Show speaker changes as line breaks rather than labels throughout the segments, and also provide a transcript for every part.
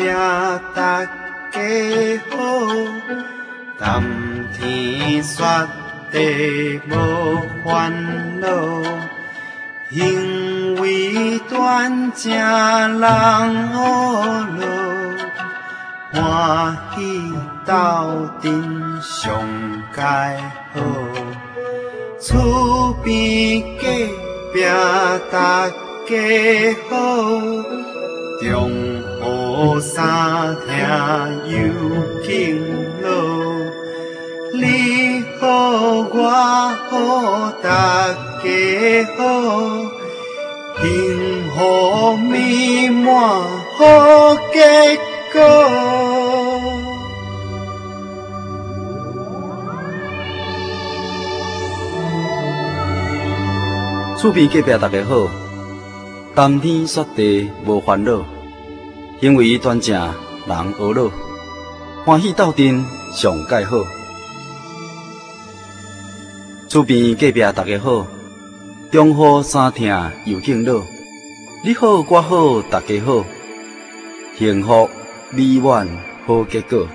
大家好，谈天说地无烦恼，行为端正人学路，欢喜斗阵上佳好，厝边隔壁大家好，中好三听又敬老，你好我好大家好，幸福美满好结果。
厝边隔壁大家好，谈天说地无烦恼，行为端正人学老，欢喜斗阵上佳好。厝边隔壁大家好，中好三听又敬老，你好我好大家好，幸福美满好结果。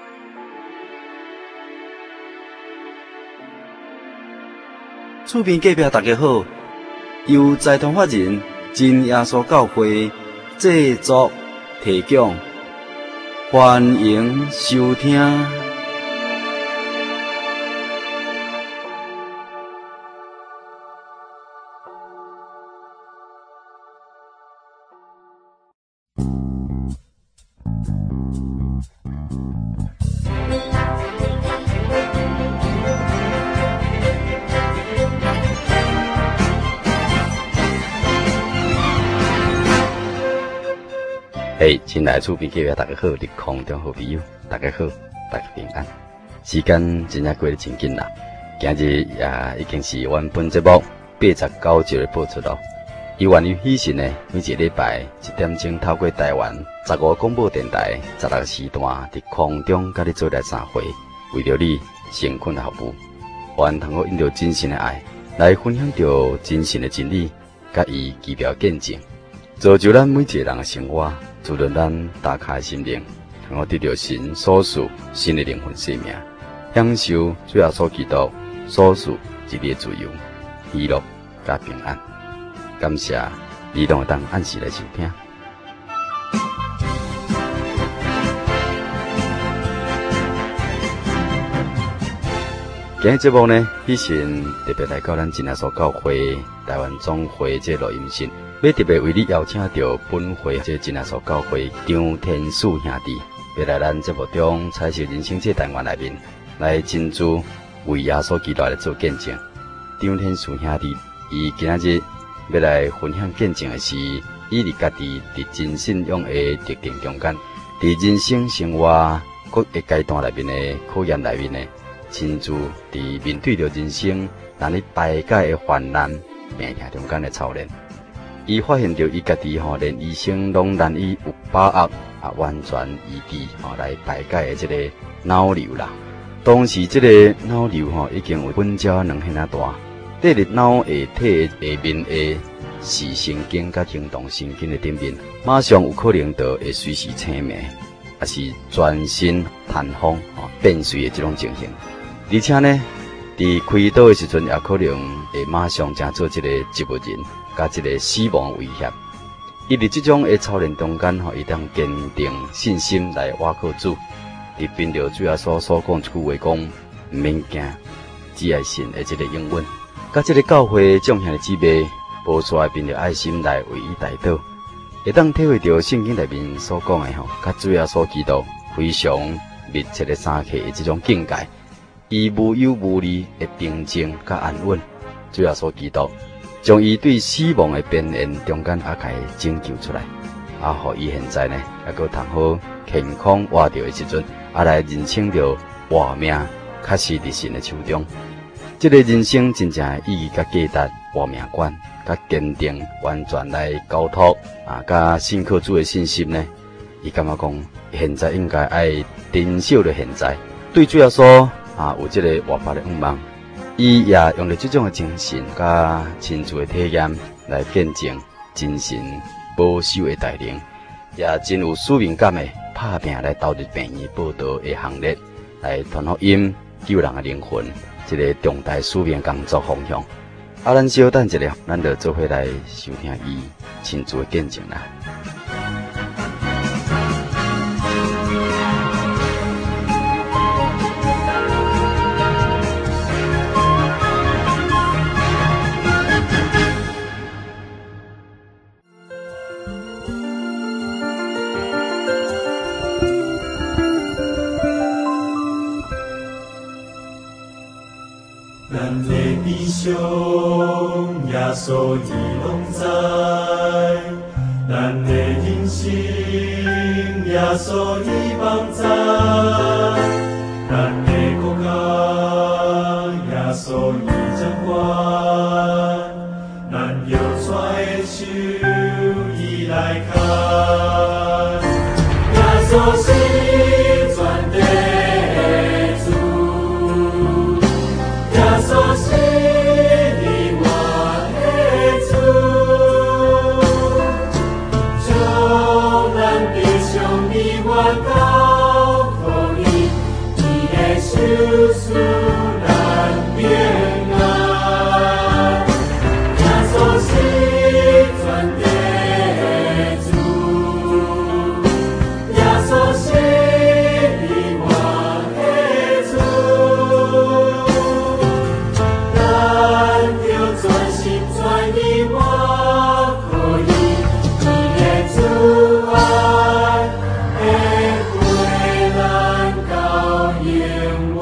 厝边隔壁大家好，由财团法人真耶稣教会制作提供，欢迎收听。亲爱的厝边隔壁大家好，日空中好朋友，大家好，大家平安。时间真正过得真紧啦，今日也已经是阮本节目89集的播出咯。伊源于喜讯呢，每一个礼拜1点钟透过台湾15广播电台16时段伫空中甲你做来相会，为着你诚恳的服务，愿通过因着真心的爱来分享着真心的真理，甲伊奇妙见证，造就咱每一个人的生活。主论咱打开心灵，能够得到神所赐新的灵魂生命，享受主要所基督所赐一切自由、喜乐加平安。感谢你拢当按时来收听。今日节目呢，喜讯特别来到咱真耶稣教会台湾总会这录音室。要特别为你邀请到本会这真耶稣教会张天赐兄弟，要来咱节目中彩色人生这单元内面来真主为耶稣基督来做见证。张天赐兄弟，伊今仔日要来分享见证的是，伊伫家己伫真信仰的特定中间，伫人生生活各个阶段内面的考验内面呢，真主伫面对着人生难以排解的患难病痛中间的操练。伊发现到伊家己连医生拢难以有把握完全医治来排解的这个脑瘤啦。当时这个脑瘤已经有本焦2圈大，缀入脑下体下面的视神经甲行动神经的顶面，马上有可能就会随时清明，也是全身瘫痪变碎的这种情形。而且呢，伫开刀的时阵也可能会马上成做这个植物人。甲一个死亡威胁，伊伫这种的操练中间，伊当坚定信心来倚靠主，伫凭着主耶稣所讲一句话讲，毋免惊，只爱信的这个应允，甲这个教会种下的姊妹，无衰凭着爱心来为伊代祷，会当体会到圣经内面所讲的甲主耶稣基督非常密切的相契的这种境界，伊无忧无虑的平静甲安稳，主耶稣基督。将伊对死亡的边缘中间甲伊拯救出来，互伊现在呢，阁通好健康活着的时阵，来认清着活命，确实伫神的手中。这个人生真正意义甲价值、活命观、甲坚定，完全来交托甲信靠主的信心呢，伊感觉讲，现在应该爱珍惜着现在，对主要说有这个活法的愿望。伊也用了这种的精神甲亲自的体验来见证真神保守的带领，也真有使命感的拍拼来投入病院报道的行列，来传福音救人的灵魂，一个重大使命工作方向。咱稍等一下，咱就做伙来收听伊亲自的见证啦。
咱的弟兄耶稣已拢知，咱的人生耶稣已帮助，咱的国家耶稣已掌管，咱要拽的手伊来看，耶稣是全地。所是你我的主，将咱弟兄你我交乎伊，伊的手赐咱平安。耶稣是全地主，耶稣是你我的主。全心全意我可以，你的主爱会陪咱到永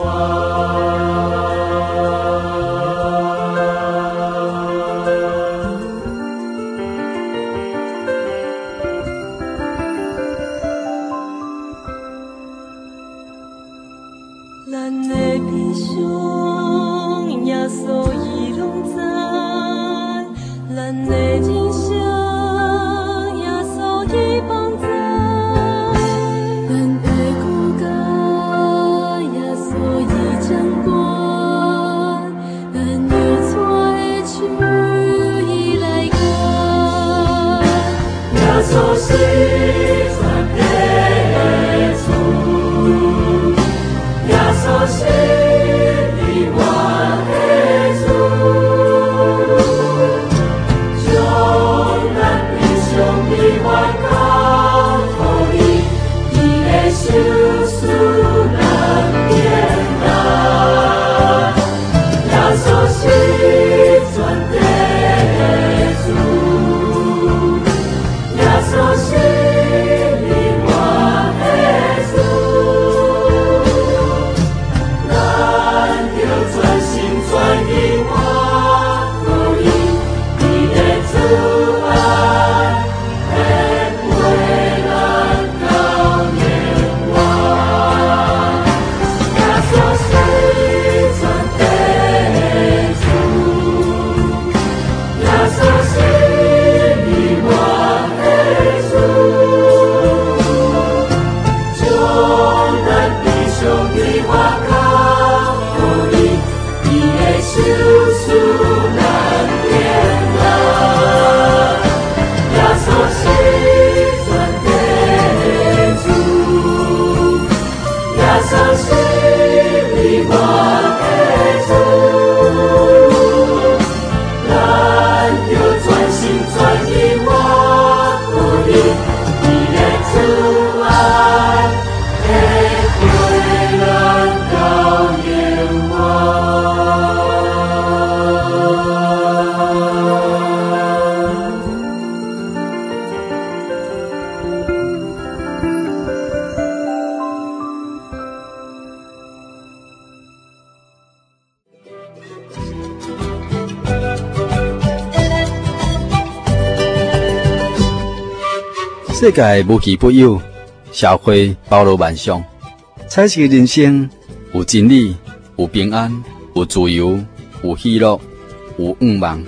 远。咱的弟兄耶稣已拢知。咱的人生，耶稣已帮助；咱的国家，耶稣已掌管。咱要拽的手伊来干，耶稣是全地主，耶稣是你我的主。你我交乎伊，伊的手赐咱平安。耶稣是全地主，耶稣是你我的主。咱要全心全意我乎伊，伊的主爱。
世界无奇不有，社会包罗万象，彩色人生有真理，有平安，有自由，有喜乐，有愿望。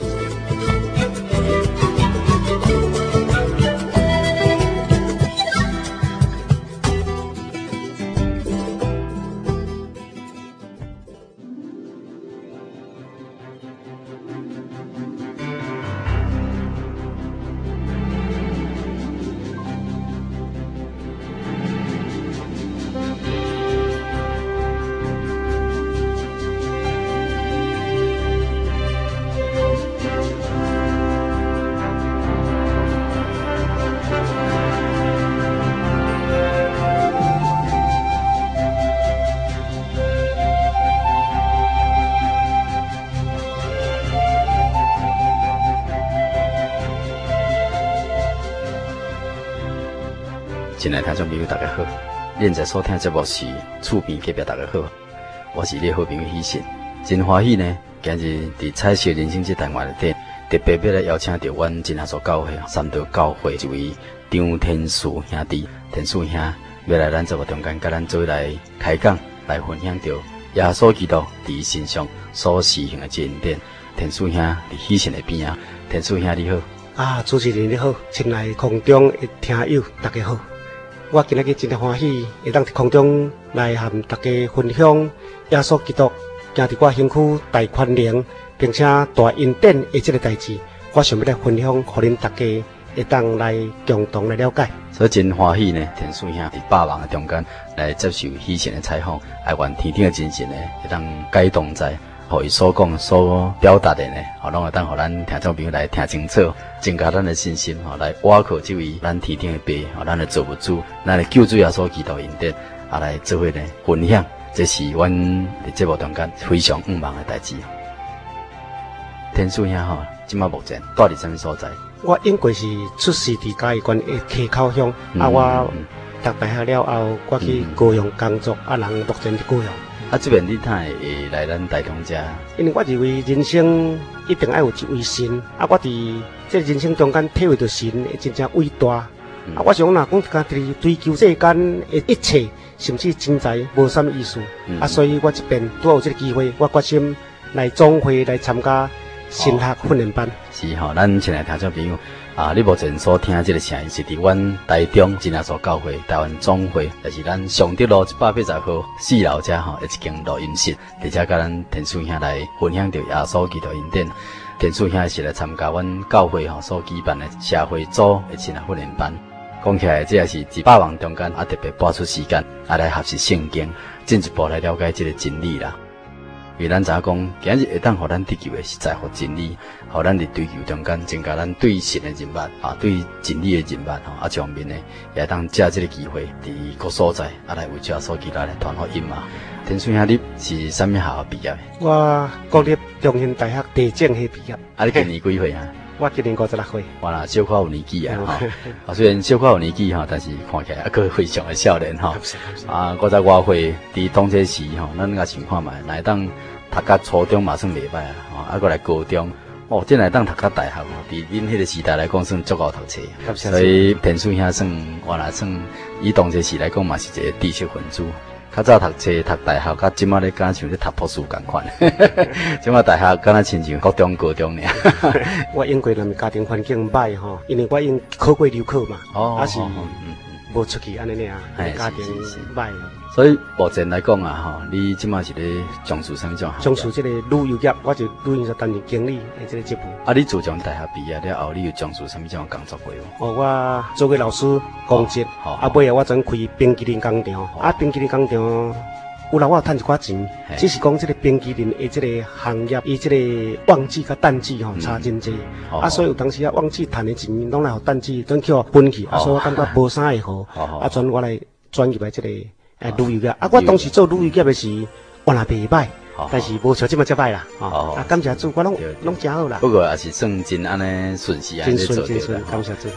亲爱的听众朋友，大家好！恁在所听节目是厝边隔壁大家好，我是你的好朋友喜信，真欢喜呢。今日伫彩色人生这单元里底，特别要来邀请到阮真耶稣教会三道教会一位张天树兄弟，天树兄要来咱节目中间，甲咱做来开讲，来分享到耶稣基督伫身上所实行的这恩典。天树兄伫喜信的边啊，天树兄你好。
主持人你好，亲爱空中的听友大家好，我今日真係欢喜，會當喺空中來和大家分享耶穌基督行伫我身軀大寬容，並且大恩典的這個代志，我想要來分享，互恁大家會當來共同來了解。
所以真歡喜呢，天樹兄喺百忙的中間來接受喜信的採訪，愛願天頂的精神呢，會當解動在。互伊所講、所表達的呢，攏會當互咱聽眾朋友來聽清楚，增加咱的信心，來倚靠這位咱天頂的爸，咱的造物主，咱的救主耶穌基督恩典，來做伙呢分享，這是阮佇節目中間非常毋忙的代志。天樹兄吼，即馬目前住佇什麼所在？
我應該是出世佇嘉義縣的溪口鄉，我讀大學了後，我去高雄工作，人目前佇高雄。
這邊你哪會來咱台東遮？
因為我認為人生一定要有一位神，我佇這人生中間體會到神會真正偉大。我想若講家己追求世間的一切，甚至錢財無啥物意思。所以我這邊拄有這個機會，我決心來總會來參加神學訓練班。
是吼，咱親愛聽眾朋友。你目前所聽這個聲音是佇阮台中真耶穌教會台灣總會，就是咱尚德路180號4樓遮吼，一間錄音室，而且甲咱天樹兄來分享到耶穌基督恩典。天樹兄是來參加阮教會吼所舉辦的社會組的真訓練班。講起來，這也是在百忙中間特別撥出時間來學習聖經，進一步來了解這個真理啦。因為咱知影講，今日會當互咱追求的是在乎真理，互咱伫追求中間增加咱對神的認捌，對真理的認捌吼，上面呢也當借這個機會佇各所在來為耶穌基督來傳福音嘛。天樹兄，你是啥物學校畢業的？
我國立中興大學地政系畢業。
你今年幾歲啊？
我今年56歲。
哇啦，小可有年紀啊！雖然小可有年紀但是看起來還非常的少年哈。50多歲佇當這時咱個情況嘛，來當讀到初中嘛算袂歹啊，過來高中，真來當讀到大學佇恁迄個時代來講算足夠讀冊。所以天樹兄算以當這時來講嘛是一個知識分子。較早讀冊讀大學，甲即馬咧敢像咧讀博士共款。即馬大學敢若親像國中高中爾。
我因為咱們家庭環境歹吼，因為我因考過留考嘛，是無出去安尼爾，家庭歹。
所以目前來講啊，你即馬是咧從事啥物種？
從事這個旅遊業，我就旅遊業擔任經理的這個職務。你
自從大學畢業了後，你有從事啥物種工作過？
我做過老師公職，尾後我轉開冰淇淋工廠，冰淇淋工廠有啦，我有賺一寡錢，只是講這個冰淇淋的這個行業，伊這個旺季甲淡季吼差真濟，所以有當時旺季賺的錢，攏來互淡季轉去分去，所以我感覺無啥會好，轉我來轉入來這個。旅遊業我當時做旅遊業的時，我也袂歹，但是無像這麼歹啦。感謝主，我攏真好啦。
不過也是算真安尼順時安尼做到啦。
感謝主。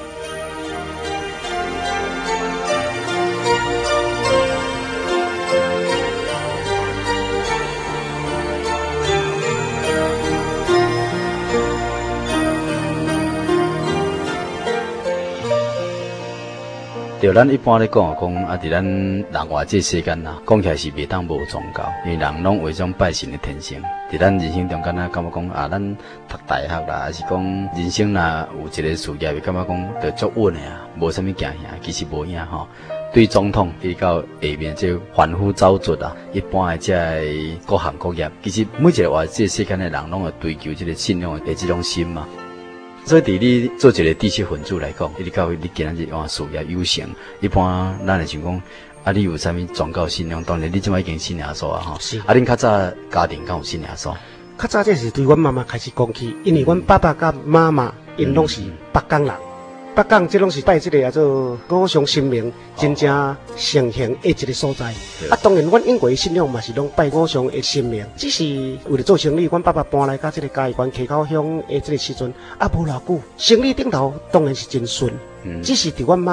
就咱一般咧講佇咱人活這世間啦，講起來是袂當無宗教，因為人攏有一種拜神的天性。佇咱人生中間感覺講咱讀大學啦，還是講人生啦有一個事業，感覺講就足穩的啊，無啥物驚嚇，其實無影吼。對總統比較下面這凡夫走卒啊，一般的這各行各業，其實每一個活這世間的人攏會追求這個信仰的這種心嘛。所以，對你做一個知識分子來講，你到你今日換事業有成，一般咱會想講，你有啥物宗教信仰？當然，你即擺已經信耶穌啊，吼。是。恁較早家庭敢有信耶穌？
較早這是對阮媽媽開始講起，因為阮爸爸甲媽媽因攏是北港人，北港這攏是拜這個叫做古上神明，真正盛行的一個所在。當然，阮英國的信仰嘛是攏拜古上的神明，只是為了做生意，阮爸爸搬來到這個嘉義縣溪口鄉的這個時陣，無偌久，生意頂頭當然是真順。只是對阮媽媽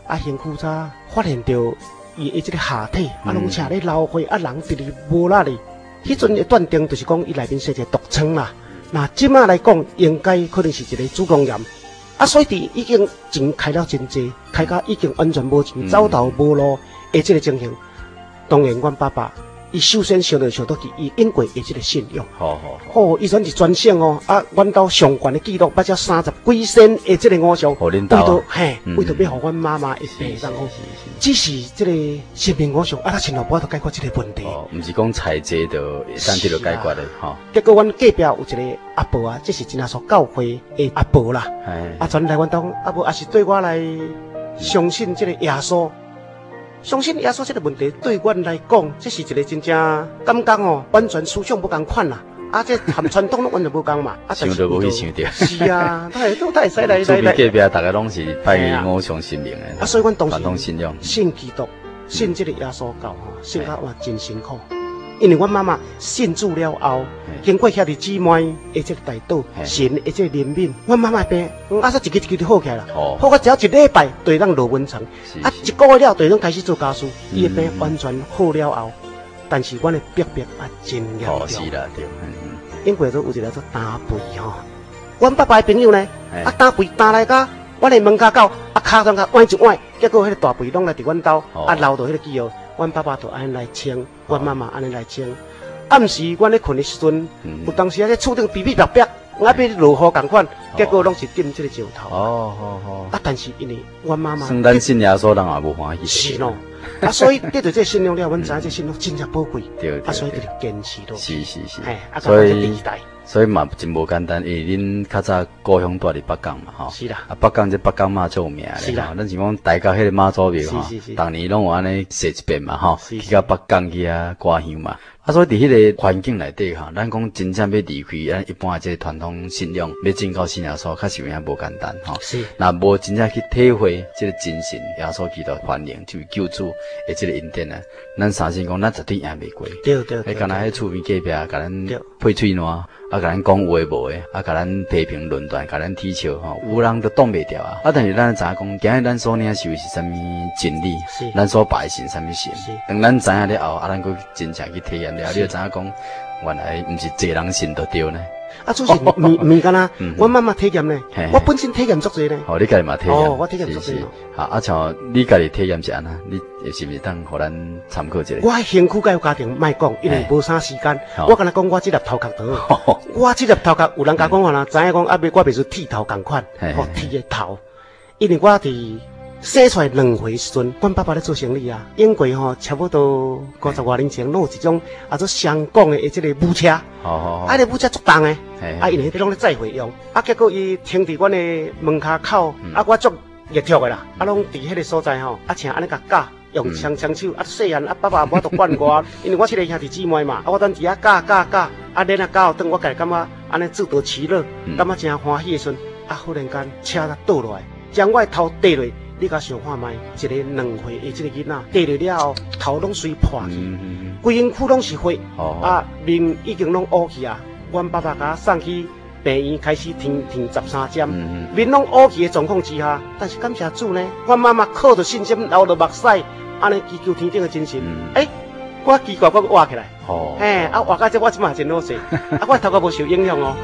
啊，身躯早发现到伊的这个下体，啊，拢车咧流血，啊，人直直无力哩。迄阵的断定就是讲伊内面生一个毒疮啦。那即马来讲，应该可能是一个子宫炎。啊，所以伫已经钱开了真济，开到已经完全无钱，走投无路的这个情形。当然，阮爸爸伊首先想到去，伊因过伊这个信用。好，伊算是专省哦。啊，阮兜上悬的记录，把这30几仙的这个五项，为着为着要互阮妈妈一病然后，只是这个生命五项，啊，他前后无法度解决这个问题。
毋是讲财济就会当得到解决的吼。
结果阮隔壁有一个阿婆啊，这是真阿所教会的阿婆啦。啊，传来阮兜阿婆也是对我来相信这个耶稣。相信耶稣这个问题对阮来讲，这是一个真正感觉哦，完全思想不共款啦。啊，这含传统拢完全不共嘛。啊，
想都无去想着。
是啊，他会使来。
厝边隔壁大家拢是拜五常神明的。
啊，所以阮当时
信仰
信基督，信这个耶稣教吼，信到哇真辛苦。因为阮妈妈信主了后，经过遐个姊妹的这个带导，神的这个怜悯，阮妈妈病，啊说一支一支就好起来了，好到只要一礼拜就当落蚊床，啊一个月了就当开始做家事，伊的病完全好了后，但是阮的逼啊真严重，
是啦对，
因为都有一个做打肥吼，阮爸爸的朋友呢，啊打肥打来甲阮的门口到，啊骹上甲崴一崴，结果迄个大肥拢来伫阮兜，啊留到迄个记号。阮爸爸就安尼来清，阮妈妈安尼来清。暗时阮咧困的时阵，有当时啊咧厝顶比白白，啊要落雨共款，结果拢是浸这个石头。啊，但是因为阮妈妈，
算咱信耶稣人也无欢喜。
是咯。啊，所以得到这信仰了，阮知影这信仰真正宝贵。
对。
啊，所以就坚持落。
是。
啊，所
以嘛真无简单，因为恁较早故乡住伫北港嘛，吼。
是啦。
啊，北港这北港妈最有名咧，
是啦。
咱是讲大家迄个妈祖庙吼，逐年拢有安尼踅一遍嘛，吼，去到北港去啊挂香嘛。啊，所以伫迄个环境内底哈，咱讲真正要离开咱一般的这个传统信仰，要进到信耶稣，确实有影无简单吼。
是。
那无真正去体会这个真神耶稣基督欢迎就救主的这个恩典啊，咱相信讲咱绝对赢袂过。
对。
迄敢若迄厝边隔壁甲咱配喙烂，啊甲咱讲有诶无诶，啊甲咱批评论断，甲咱踢笑吼，有人都挡袂掉啊。啊，但是咱知影讲，今日咱所领受的是啥物真理，咱所拜信啥物神。当咱知影了后，啊，咱佫真正去体验了，你就知影讲，原来毋是一个人信就对呢。
啊，主是毋敢若，阮妈妈体验呢，我本身体验足侪呢。
哦，你家己嘛体验？
哦，我体验足侪。
啊，像你家己体验是安那？你是毋是当互咱参考一下？
我兴趣甲有家庭莫讲，因为无啥时间。我敢若讲我这粒头壳长，我这粒头壳有人甲讲话啦，知影讲啊，我袂是剃头共款，剃个头，因为我伫。生出来2岁时阵，阮爸爸咧做生意啊，英国吼差不多50多年前，拢有一种啊做香港的这个母车，啊，这母车足重的，啊，因为迄拢咧载货用，啊，结果伊停伫阮的门口口，啊，我足热ਠ的啦，啊，拢伫迄个所在吼，啊，请安尼甲教，用双手，啊，细汉啊，爸爸无都管我，因为我7个兄弟姊妹嘛，啊，我等伫遐教，啊，练啊教，等我家感觉安尼自得其乐，感觉真欢喜的时阵，啊，忽然间车倒落来，将我的头跌落。你甲想看卖，一个2岁的这个囡仔，跌落了后，头拢碎破去，规身躯拢是血，啊，面已经拢乌去啊。阮爸爸甲我送去病院，开始填13针，面拢乌去的状况之下，但是感谢主呢，阮妈妈靠着信心，流着目屎，安尼祈求天顶的真神，我奇怪我活起来，啊活到这我即马真好势，啊我头壳无受影响哦。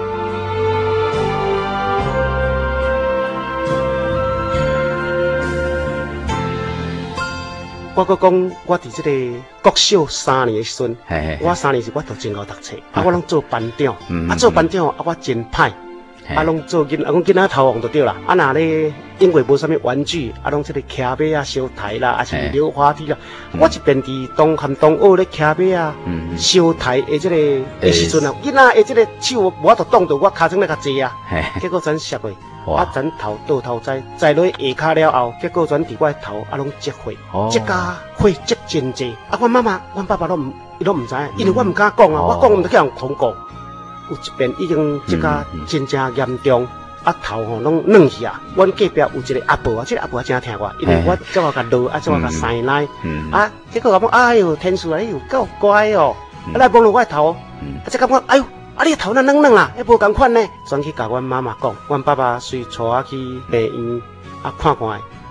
我佮讲，我伫这个国小3年的时阵，我3年时我读真好读册，啊，我拢做班长，啊，做班长啊，我真歹，啊，拢做囡仔头王就对啦，啊，那咧因为无啥物玩具，啊，拢这个骑马啊、烧台啦，啊是溜滑梯啦，我一边伫东汉东学咧骑马啊、烧台的这个的时阵啊，囡仔的这个手无法度挡到我骹床咧较济啊，结果全摔落。啊！咱头倒头栽落下骹了后，结果全伫我头啊，拢积血，积甲血积真济。啊，阮爸爸拢毋知影，因为我毋敢讲啊，我讲毋得去人通讲。有一边已经积甲真正严重，啊头吼拢软去啊。阮隔壁有一个阿婆啊，这个阿婆真疼我，因为我做我甲落，啊做我甲塞奶，啊结果我讲哎哟天赐啊，你有够乖哦，啊来摸落我头，啊这感觉哎哟。啊！你头那软软啦，还无共款呢。转去甲阮妈妈讲，阮爸爸随带我去病院啊看看，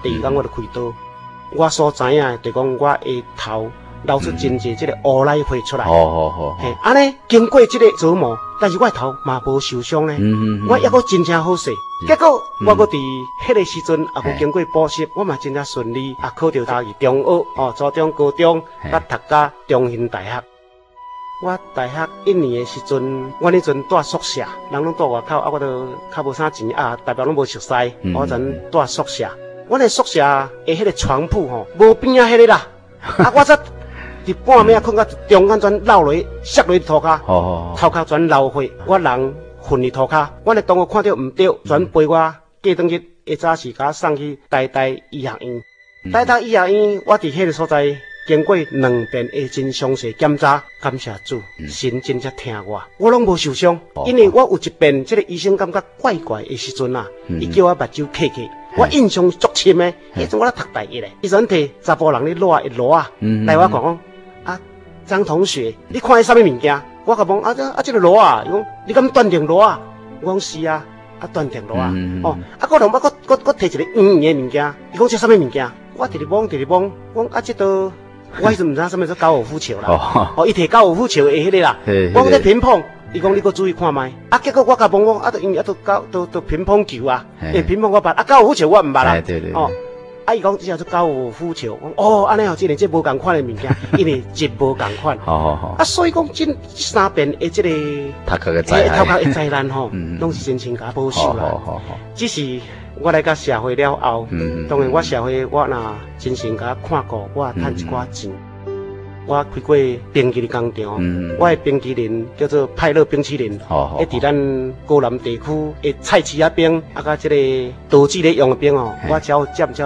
第二天我就开刀。我所知影的，就讲我下头流出真济这个乌奶血出来。嘿，安尼经过这个折磨，但是我的头嘛无受伤呢。我抑阁真正好势。结果我阁伫迄个时阵也阁经过补习，我嘛真正顺利，也考到大二中学初中、高中，甲读到中兴大学。我大学1年的时阵，我那阵住宿舍，人拢住外口，我都较无啥钱代表拢无熟悉，我阵住宿舍。我那宿舍的迄个床铺无边迄个啦，我则伫半暝困到中间全落落，摔落涂骹，头壳全流血，我人昏伫涂骹。我的同学看到唔对，全陪我过转去，下早时甲我送去台大医学院。台大医学院，我伫迄个所在经过2遍的真详细检查，感谢主，神真正听我拢无受伤，因为我有一遍这个医生感觉怪怪的时阵伊叫我目睭开开。我印象足深的，迄阵我咧读大一咧，伊阵摕查甫人咧攞一攞来我讲张同学，你看迄啥物物件？我甲问这个攞伊讲你敢断定攞我讲是断定攞个人我摕一个圆圆的物件，伊讲这啥物物件？我直直摸，讲这都我迄阵毋知啥物做高尔夫球啦，伊摕高尔夫球的迄个啦，我讲这乒乓。伊讲你搁注意看卖，结果我甲问讲因为都乒乓球乒乓我捌，高尔夫球我毋捌啦，
对，
伊讲这叫做高尔夫球，安尼这无共款的物件，因为节无共款，所以讲这3遍的这个
头壳的灾
难拢是真情甲保守啦，只是我来到社会了后，当然我社会我若真心甲看过，我趁一寡钱。我开过冰淇淋工厂，我的冰淇淋叫做派乐冰淇淋，伫咱高南地区的菜市仔边，甲这个刀子咧用的冰我只要占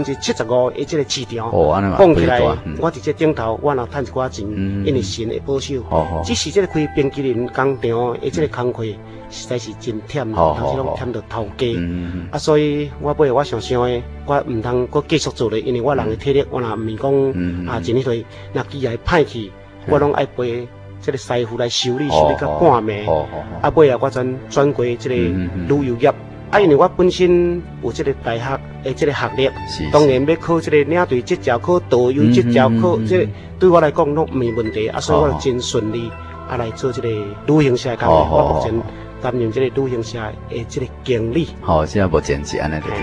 75%的这个市场。讲起来，我伫这顶头，我若趁一寡钱，因为神会保守。只是这个开冰淇淋工厂的这个工课，实在是真忝，有时拢忝到头家。所以我尾我想的，我唔通搁继续做咧，因为我人的体力，我若唔是讲真迄类，若机械歹去，我拢爱陪这个师傅来修理到半暝。尾我转过这个旅游业。因为我本身有这个大学的这个学历，当然要考这个领队执照、考导游执照、考这个对我来讲拢唔是问题。所以我就真顺利来做这个旅行社工作。我目前担任这个旅行社的这个经理。
现在无兼职安尼就对。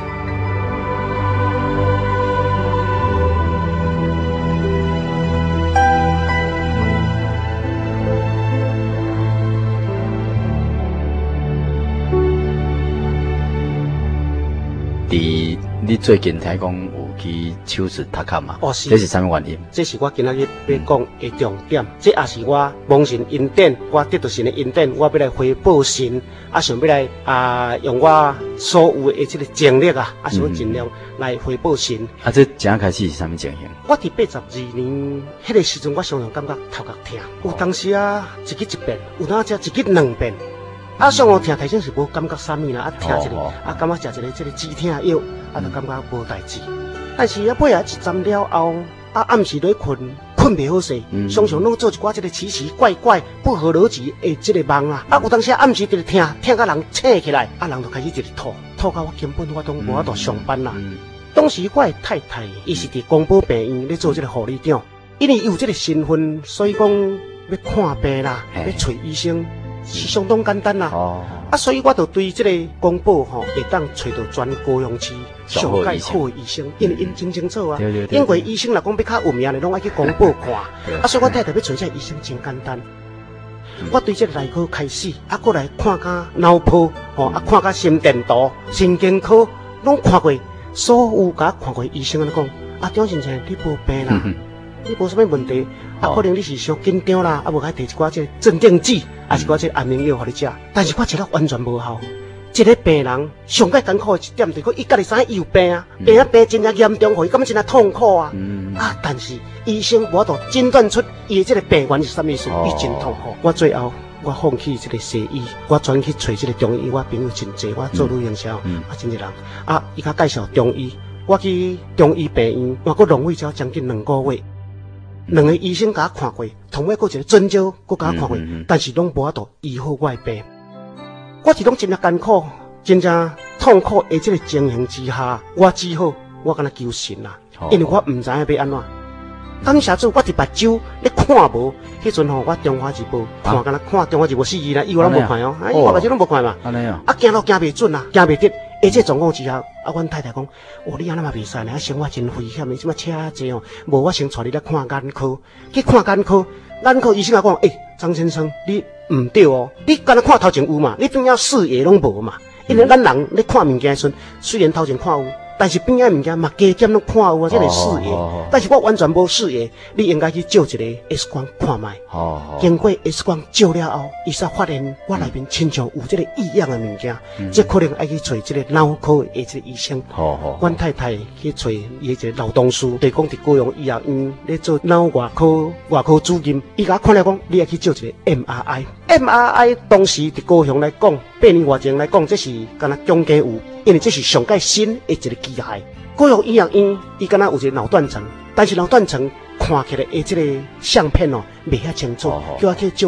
你最近听讲有去手术读壳嘛？
是。
这是啥物原因？
这是我今仔日要讲的重点。这也是我蒙神恩典，我得到神的恩典，我要来回报神，想要来用我所有的这个精力想要尽量来回报神。
这正开始是啥物情形？
我伫82年迄个时阵，我常常感觉头壳痛，有当时一日1遍，有当时一日2遍。上午听，提醒是无感觉啥物啦，听一个，感觉食一个这个止痛药，就感觉无代志。但是尾一站了后，暗时咧困袂好势，常常拢做一寡这个奇奇怪怪、不合逻辑的这个梦有当时暗时直直听到人醒起来，人就开始直直吐到我根本我都无法度上班啦。当时我的太太，伊是伫公保病院咧做这个护理长，因为有这个身份，所以讲要看病啦，要找医生。是相当简单啦，所以我就对这个公保会当找到全高雄市上介好的医生，因为因真清楚因为医生若讲要较有名的，拢爱去公保看，所以我太太要找这个医生真简单。我对这个内科开始，过来看甲脑波，看甲心电图、神经科，拢看过，所有甲看过医生安尼讲，张先生你无病啦。你无啥物问题，可能你是伤紧张啦，无该摕一寡这镇定剂，还是寡这安眠药互你食。但是我吃了完全无效。一个病人上介艰苦的一点，就是伊家己知影伊有病病真正严重，互伊感觉真正痛苦但是医生无法度诊断出伊的这个病源是啥意思，伊真痛苦。我最后我放弃这个西医，我转去找这个中医。我朋友真济，我做旅行社，真济人伊甲介绍中医。我去中医病院，我搁浪费了将近2个月。2个医生甲我看过，同尾搁一个针灸搁甲我看过，但是拢无法度医好我的病。我是拢真正艰苦、真正痛苦的这个情形之下，我只好我敢若求神啦，因为我唔知影要安怎。感谢主，我伫目睭咧看无，迄阵吼我中华日报看，敢若看中华日报4字啦，以后咱无看哦，以后目睭拢无看嘛。
安尼啊，
行路行袂准啊，行袂得。而且状况之下，阮太太讲，你安那嘛袂使呢？生活真危险的，即马车济哦，无我先带你来看眼科，去看眼科，眼科医生也讲，张先生，你唔对哦，你敢若看头前有嘛？你边仔视野拢无嘛？因为咱人咧看物件时阵，虽然头前看有。但是边仔物件嘛，加减拢看有啊，这个视野。但是我完全无视野，你应该去照一个 X 光看卖。经过 X 光照了后，伊才发现我内面亲像有这个异样的物件，这可能爱去找这个脑科的这个医生。阮太太去找伊一个老同事，对讲伫高雄医学院咧做脑外科主任，伊甲我看了讲，你爱去照一个 MRI。MRI 当时伫高雄来讲，8年外前来讲，这是敢若中间有。因为这是上界新的一个机械，高雄医学院伊敢若有一个脑断层，但是脑断层看起来的这个相片哦，未遐清楚，叫我去照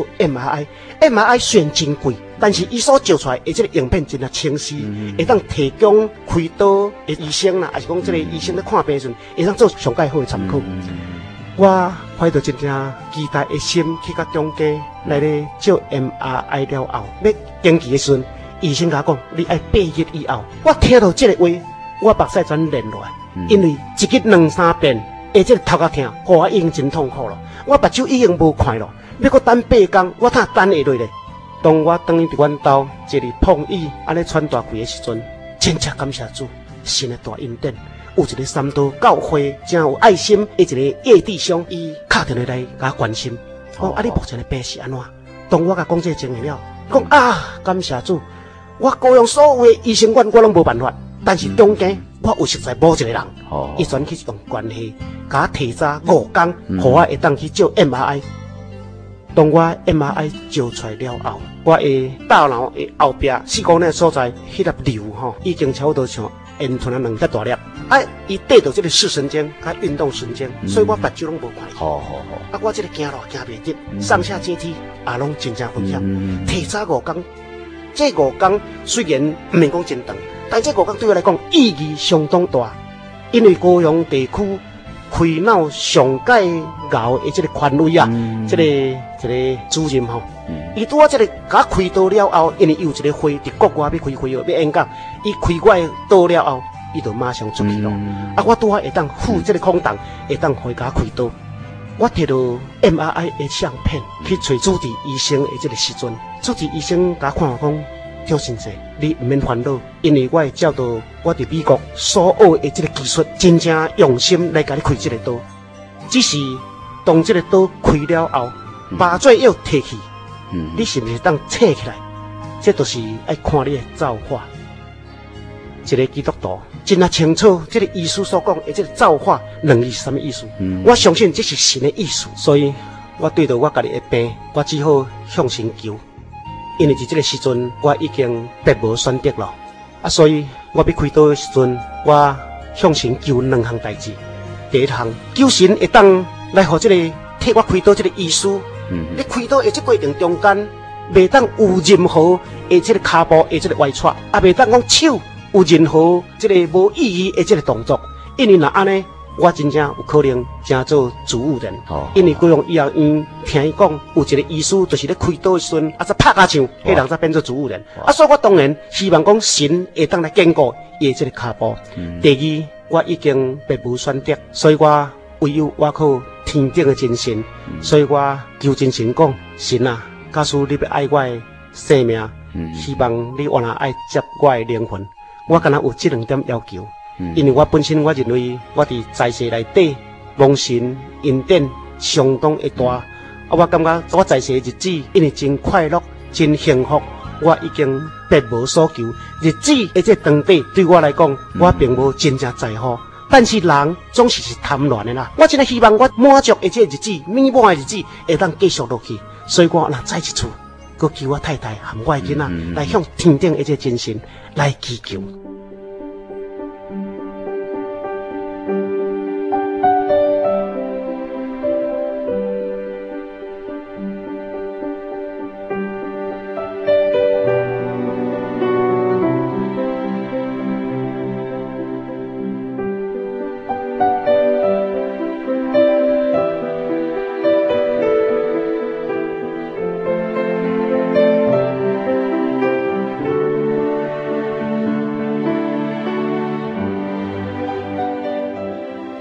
MRI。MRI 虽然真贵，但是伊所照出来的这个影片真啊清晰，会当提供开刀的医生啦，还是讲这个医生咧看病时，会当做上界好的参考。我怀着真正期待的心去到中间来咧照 MRI 了后，要登记的时阵。医生甲我讲，你爱8日以后。我听到这个话，我目屎全连落来，因为一日2、3遍，这个头壳疼，互我已经真痛苦了。我目睭已经无看了，要搁等8天，我哪等会落咧？当我等于伫阮兜一日碰雨，安尼喘大气的时阵，真正感谢主，神的大恩典。有一个三道教会真有爱心的一个叶弟兄，伊敲电话来甲我关心，讲你目前的病是安怎？当我甲讲这个情形了，讲感谢主。我高雄所有的医生院我拢无办法，但是中间我有实在无一个人，伊全去用关系，甲我提早5天，互我会当去照 MRI。当我 MRI 照出来了后，我的大脑的后壁4公分所在，迄粒瘤已经差不多像烟吞2粒大粒。伊缀到这个视神经甲运动神经，所以我目睭拢无看。我这个行路行袂得，上下阶梯也拢真正危险。提早5天。这5天虽然唔免讲真长，但这5天对我来讲意义相当大，因为高雄地区开脑上界熬的这个权威啊，这个主任吼，伊拄啊这个甲开刀了后，因为有一个会伫国外要开会要演讲，伊开我的刀了后，伊就马上出去咯。我拄啊会当付这个空档，会当回家开刀。我摕到 MRI 的相片去找主治医生的这个时阵，主治医生甲我看讲，张先生，你唔免烦恼，因为我会照到我伫美国所学的这个技术，真正用心来甲你开这个刀。只是当这个刀开了后，麻醉药摕去，你是不是当扯起来？这都是爱看你的造化。一个基督徒真啊清楚，这个医师所讲的这个造化能力是什么意思？我相信这是神的意思，所以我对着我家己的病，我只好向神求，因为在这个时阵我已经别无选择了所以我要开刀的时阵，我向神求2项代志。第一项，求神会当来和这个替我开刀这个医师，你开刀的这过程中间，袂当有任何的这个骹步的这个歪错，也袂当讲手。有任何这个无意义的这个动作，因为若安尼，我真正有可能成做植物人。因为高雄医学院听伊讲，有一个医师就是咧开刀的时阵，才拍甲枪，迄人才变做植物人。所以我当然希望讲神会当来坚固伊这个骹步。第二，我已经别无选择，所以我唯有我靠天顶的真神，所以我求真神讲，神啊，假使你要爱我的生命，希望你原来爱接我的灵魂。我敢若有这2点要求，因为我本身我认为我伫在世内底蒙神恩典相当的大，我感觉我在世的日子因为真快乐、真幸福，我已经别无所求。日子的这长短对我来讲，我并无真正在乎。但是人总是贪婪的啦，我真的希望我满足的这日子、美满的日子会当继续落去，所以我若再一次。佮求我太太和我的囡仔来向天顶的这真神来祈求。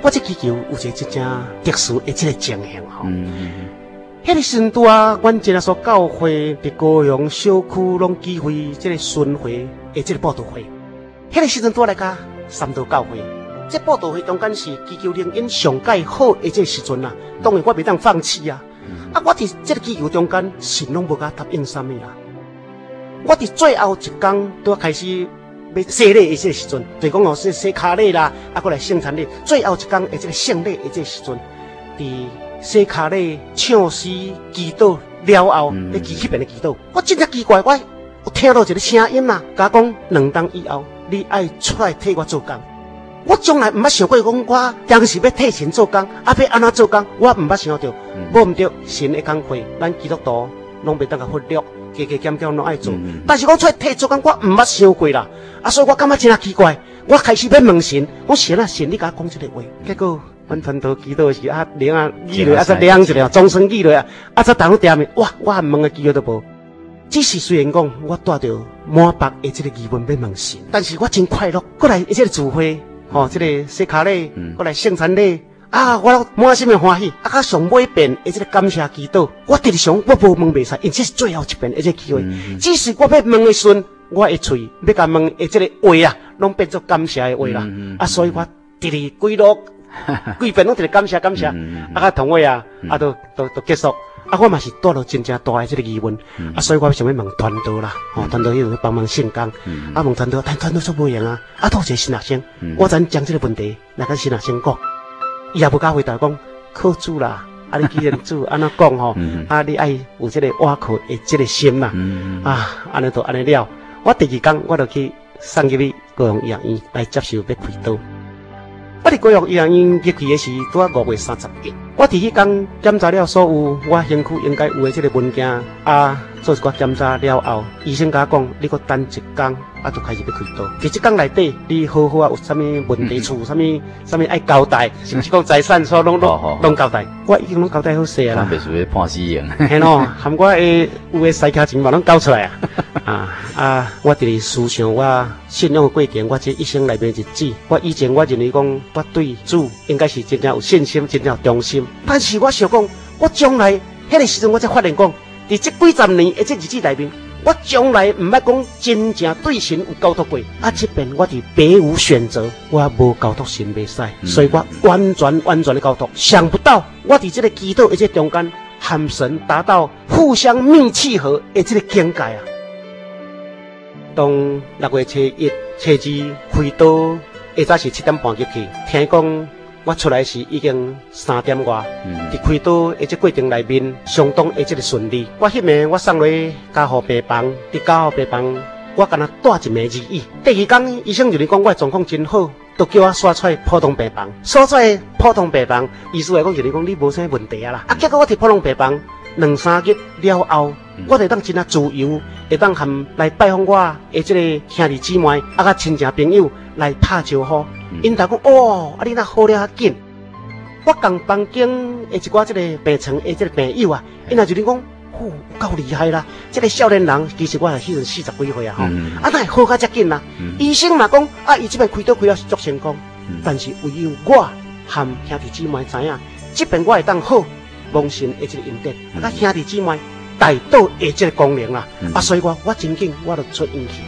我这祈求有一个真正特殊的这个情形吼。迄个时阵拄啊，阮真耶稣教会伫高雄小区拢举行这个巡回的这个布道会。迄个时阵拄来甲三道教会，这布道会中间是祈求灵恩上界好的这个时阵啊，当然我袂当放弃啊。我伫这个祈求中间，神拢无甲答应啥物啦。我伫最后一天拄开始要洗礼的这个时阵，就是讲哦，洗骹礼啦，过来圣餐礼，最后一天的这个圣礼的这个时阵，伫洗骹礼、唱诗、祈祷了后，咧祈迄边的祈祷，我真正奇怪，我有听到一个声音啦，甲我讲2天以后，你爱出来替我做工。我从来毋捌想过讲，我当时要替神做工，要安怎做工，我毋捌想到，无毋对，神的工课，咱基督徒拢袂当甲忽略，加加减减拢爱做。但是讲出来替做工，我毋捌想过啦，所以我感觉真啊奇怪，我开始要问神，我神啊，神你甲我讲这个话，结果。阮传道祈祷是灵语落，再亮一个钟声语落再当了点的，哇！我还问个机会都无。只是虽然讲我带着满腹的这个疑问要问神，但是我真快乐。过来这个聚会，这个洗骹礼，过来圣餐礼，我满心的欢喜。甲上尾遍的这个感谢祈祷，我直直想我无问袂使，因这是最后一遍的这个机会。只是我要问的时阵，我的嘴要甲问的这个话拢变作感谢的话啦。所以我直直规路。规遍拢直直感谢，同话都结束。我嘛是带了真正大的这个疑问，所以我想要问传道啦，传道迄度帮忙圣工，问传道，但传道做无用啊，倒一个新学生，我怎将这个问题来跟新学生讲，伊也无甲回答讲，靠主啦，你既然主安怎讲吼，你爱有这个挖靠的这个心啦，安尼就安尼了。我第2天我就去送入去高雄医学院来接受要开刀。我伫高雄医学院入去的是拄啊5月30日。我伫迄天检查了所有我身躯应该有的这个文件做一寡检查了后，医生甲我讲，你搁等1天就开始要开刀。伫1天内底，你好好有啥物问题处，啥物爱交代，甚至讲财产所拢交代。我已经拢交代好势啦。
别说要判死刑。
嘿喏，含我有的塞卡钱嘛拢交出来我伫思想我信仰的过程，我这一生内面日子，我以前我认为讲，我对主应该是真正有信心，真正有忠心。但是我想讲，我将来迄个时阵，我才发现讲，伫这几十年的这日子内面，我将来毋捌讲真正对神有交托过。这边我伫别无选择，我无交托神袂使，所以我完全的交托。想不到我伫这个祈祷的这中间，和神达到互相密契合的这个境界啊！当6月初1、初2开刀，下早是7点半入去，听讲我出来是已经3点外。伫开刀的这过程内面，相当的这个顺利。我迄暝我送落加护病房，伫加护病房，我敢若带1暝而已。第2天医生就讲我的状况真好，都叫我刷出来普通病房。刷出来普通病房，医师来讲就是讲你无啥问题啦。结果我伫普通病房2-3日了后，我就当真啊自由，会当和来拜访我的这个兄弟姊妹，甲亲戚朋友来拍招呼。因大讲你若好了紧。我共房间的一寡这个病床的这个病友因也就是讲，有够厉害啦！这个少年人其实我迄阵40几岁哪会好甲遮紧啦？医生嘛讲伊这边开刀开了是足成功，但是唯有我和兄弟姊妹知影，这边我会当好。蒙神的这个恩典，兄弟姊妹带到的这个功能啦，所以我真紧我就出勇气。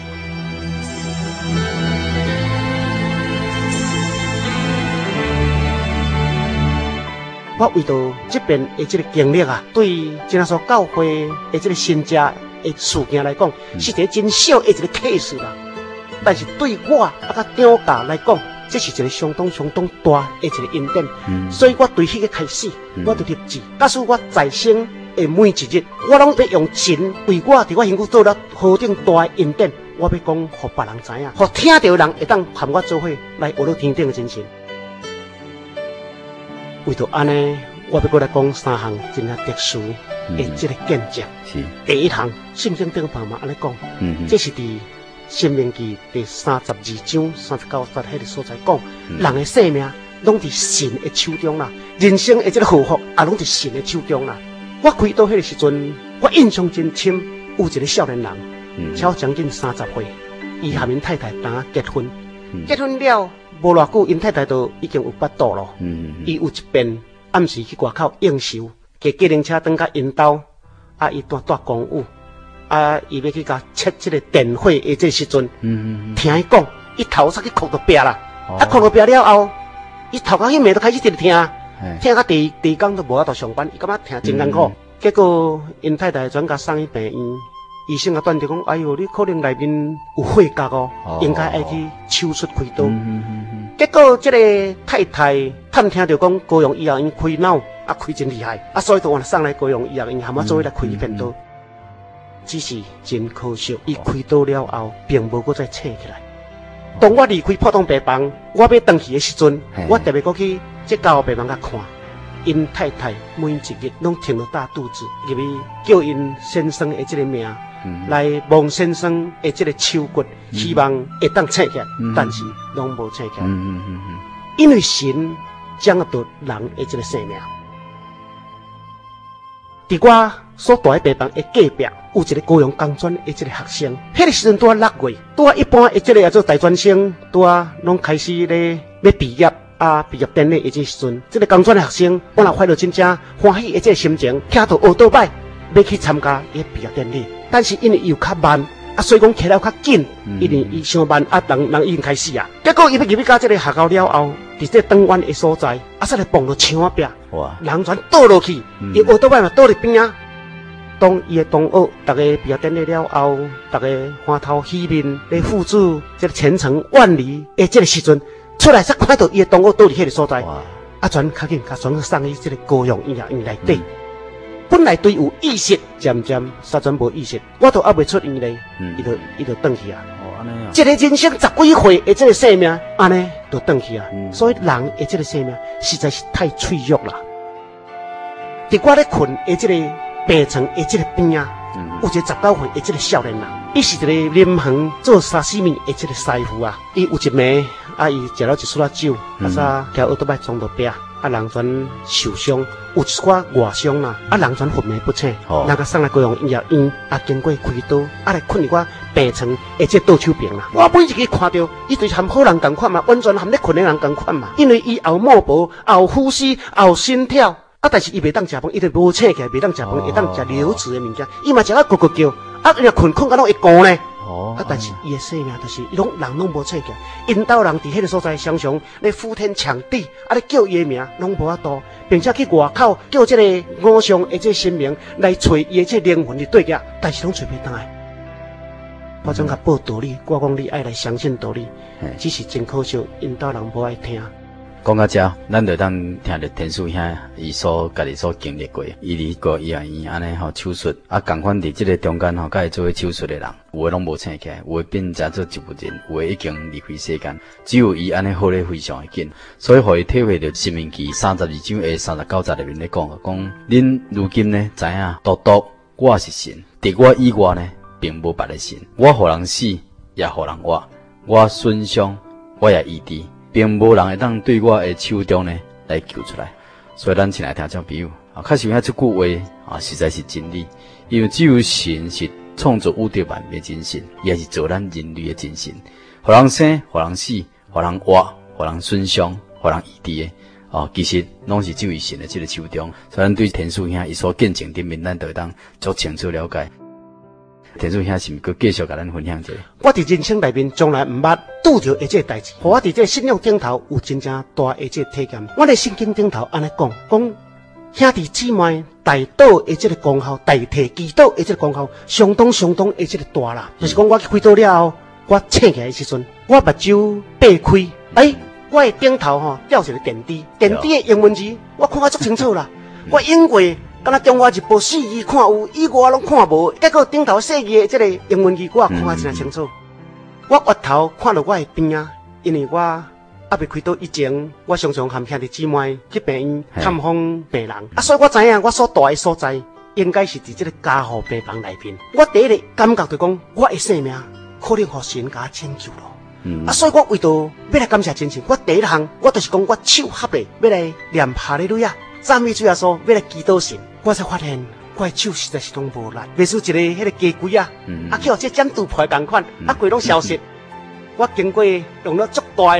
我为到这边的这个经历对真耶稣教会的这个信者的事件来讲，是一个真小的一个 case 啦。但是对我甲张家来讲，这是一个相当大的一个恩典，所以我对迄个开始，我就立志，假使我在生的每一日，我拢要用神为我伫我身躯做了何等大的恩典，我要讲，互别人知影，互听到的人会当和我做伙来学到天顶的真神。为着安尼，我要过来讲3项真正特殊的这个见证。第1项，圣经顶旁嘛安尼讲，这是伫申命记第32章39节迄个所在讲，人的生命拢伫神的手中啦，人生的这个幸福也拢伫神的手中啦。我开刀迄个时阵，我印象真深，有一个少年人，超将近30岁，伊和因太太当结婚，结婚了无偌久，因太太就已经有腹肚咯。伊有一遍暗时去外口应酬，骑机灵车登甲因兜，伊带公务，伊要去甲切这个电火的这时阵，听伊讲，伊头煞去哭到壁啦，哭到壁了后，伊头壳迄暝都开始直听，听到第二天都无法度上班，伊感觉听真艰苦。结果因太太转甲送去病院。医生也断定讲，哎哟，你可能内面有血角哦，应该爱去手术开刀。结果这个太太探听到讲高雄医学院开脑，开真厉害，所以就往送来高雄医学院，含我做来开一片刀。只是真可惜，伊开刀了后，并无搁再醒起来。当我离开普通病房，我要回去的时阵，我特别过去这家病房甲看。因太太每一日拢挺着大肚子，入去叫因先生的这个名，来望先生的这个手骨，希望会当醒起来，但是拢无醒起来。因为神掌握到人的这个生命。伫我所住的病房的隔壁，有一个高雄工专的这个学生，迄个时阵拄啊6月，拄啊一般的这个做大专生，拄啊拢开始咧要毕业。毕业典礼的这时阵，这个工专的学生，我若怀着真正欢喜的这个心情，骑到学倒摆，要去参加伊毕业典礼。但是因为伊又较慢，所以讲骑了较紧，因为伊伤慢，人已经开始啊。结果伊要入去到这个学校了后，伫这转弯的所在，煞来碰到墙壁，人全倒落去，伊学倒摆嘛倒伫边啊。当伊的同学，大家毕业典礼了后，大家欢头喜面，咧付出这个前程万里的这个时阵。出来才看到伊的同学倒伫迄个所在，全较紧，甲全送去这个高雄医学院内底。本来对有意识，渐渐煞全无意识，我都还未出院咧，伊就转去啊。一个人生10几岁的这个生命，安尼就转去啊。所以人的这个生命实在是太脆弱啦。伫我咧困的这个病床的这个边啊，有一个19岁的这个少年人，伊是一个临行做3-4米的这个师傅啊，伊有一暝。伊食了一撮酒，煞骑奥多摆撞到壁，人全受伤，有一寡外伤啦，人全昏迷不醒，人甲送来高雄医学院，经过开刀，来困入我病床的这倒手边啦。我每一个看到，伊就是和好人同款嘛，完全和咧困的人同款嘛，因为伊后脉搏、后呼吸、后心跳，但是伊袂当食饭，伊就无醒起来，袂当食饭，会当食流质的物件，伊嘛食啊咕咕叫，人困甲拢会咕呢。但是伊的生命就是伊人拢无醒起来，因兜人伫迄个所在常常咧呼天抢地，咧叫伊的名拢无法度，并且去外口叫这个偶像的这神明来找伊的这灵魂的对价，但是拢找袂倒来。我总甲报道理，我讲你爱来相信道理，只是真可惜，因兜人无爱听。
讲到这，咱就当听着天师兄伊所家己所经历过，伊离过医学院安尼手术，共款伫这个中间甲伊做手术的人，有诶拢无醒起来，有诶变成做植物人，有诶已经离开世间，只有伊安尼好咧非常诶紧，所以互伊体会着生命期32章39节里面咧讲恁如今呢知影，独我是神，伫我以外呢，并无别个神，我互人死，也互人活，我损伤，我也医治。并无人会当对我的手中呢来救出来，所以咱亲爱听众朋友，确实遐这句话实在是真理，因为只有神是创造宇宙万物的真神，也是做咱人类的真神，互人生，互人死，互人活，互人损伤，互人医治的其实拢是只有神的这个手中，所以咱对天师兄伊所见证的面，咱就当足清楚了解。天师兄是毋佮继续甲咱分享者？
我伫人生内面从来毋捌拄着的这个代志，互我伫这个信仰顶头有真正大的这个体验。我伫圣经顶头安尼讲兄弟姊妹大道的这个功效，代替祈祷的这个功效，相当的这个大啦。就是讲我去开刀了后，我醒起来的时阵，我目睭擘开，我的顶头吊一个电池，电池的英文字我看啊足清楚啦，我因为。敢若中华日报4字看有，以外拢看无。结果顶头4字的这个英文字，我看啊真清楚。我额头看到我的边啊，因为我未开刀以前，我常常和兄弟姊妹去病院探访病人，所以我知影我所住的所在应该是伫这个加护病房内面。我第一个感觉就讲，我的生命可能互神甲拯救了。所以我为着要来感谢真神，我第一项我就是讲，我手合咧要来念哈利路亚，赞美主耶稣，要来祈祷神。我才发现，我的手实在是拢无力，袂输一个迄个鸡龟啊，去互这剪刀破共款，规拢消失。我经过用了足大的力，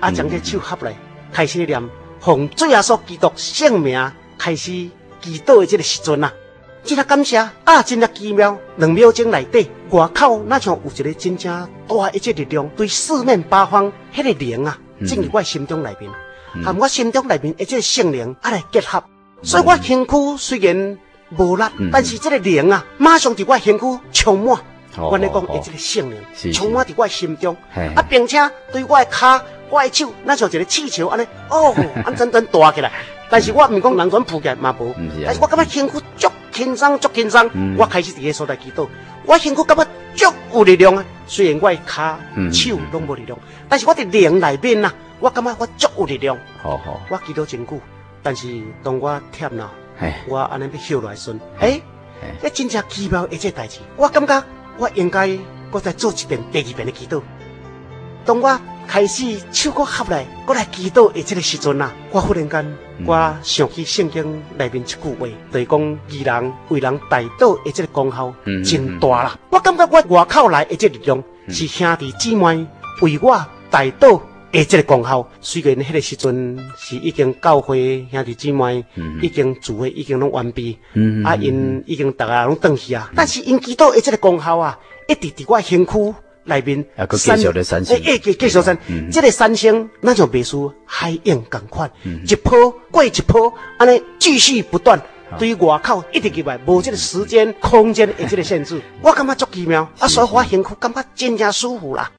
将这手合来，开始念奉主耶稣基督圣名，开始祈祷的这个时阵啊，真啊感谢啊，真啊奇妙。2秒钟内底，外口那像有一个真正大的这力量，对四面八方迄个灵啊，进入我心中内面，和我心中内面的这个圣灵啊来结合。所以我身躯虽然无力，但是这个灵啊，马上伫我身躯充满。我咧讲，这个圣灵充满伫我心中，啊，并且对我的脚、我的手，那像一个气球安尼，安整整大起来。但是我唔讲人全扑起来嘛无，但是我感觉身躯足轻松，足轻松。我开始伫个所在祈祷，我身躯感觉足有力量啊。虽然我的脚、手拢无力量，但是我伫灵内面啊，我感觉我足有力量。我祈祷真久，但是当我忝了，我安尼要休落来时，这真正奇妙的这代志，我感觉。我应该搁再做一遍、第2遍的祈祷。当我开始手搁合来，搁来祈祷的这个时阵啊，我忽然间我想起圣经内面一句话，就是讲义人为人代祷的这个功效真大啦。我感觉我外口来的这力量是兄弟姊妹为我代祷的这个功效。虽然迄个时阵是已经教会兄弟姊妹已经聚会已经拢完毕，因已经大家拢转去啊，但是因祈祷的这个功效啊，一直伫我身躯内面
继续咧产生，
继续产生，这个产生那像秘书海涌共款，一波过一波，安尼继续不断。对于外口一直入来，无这个时间、空间的这个限制，我感觉足奇妙啊！所以我身躯感觉真正舒服啦。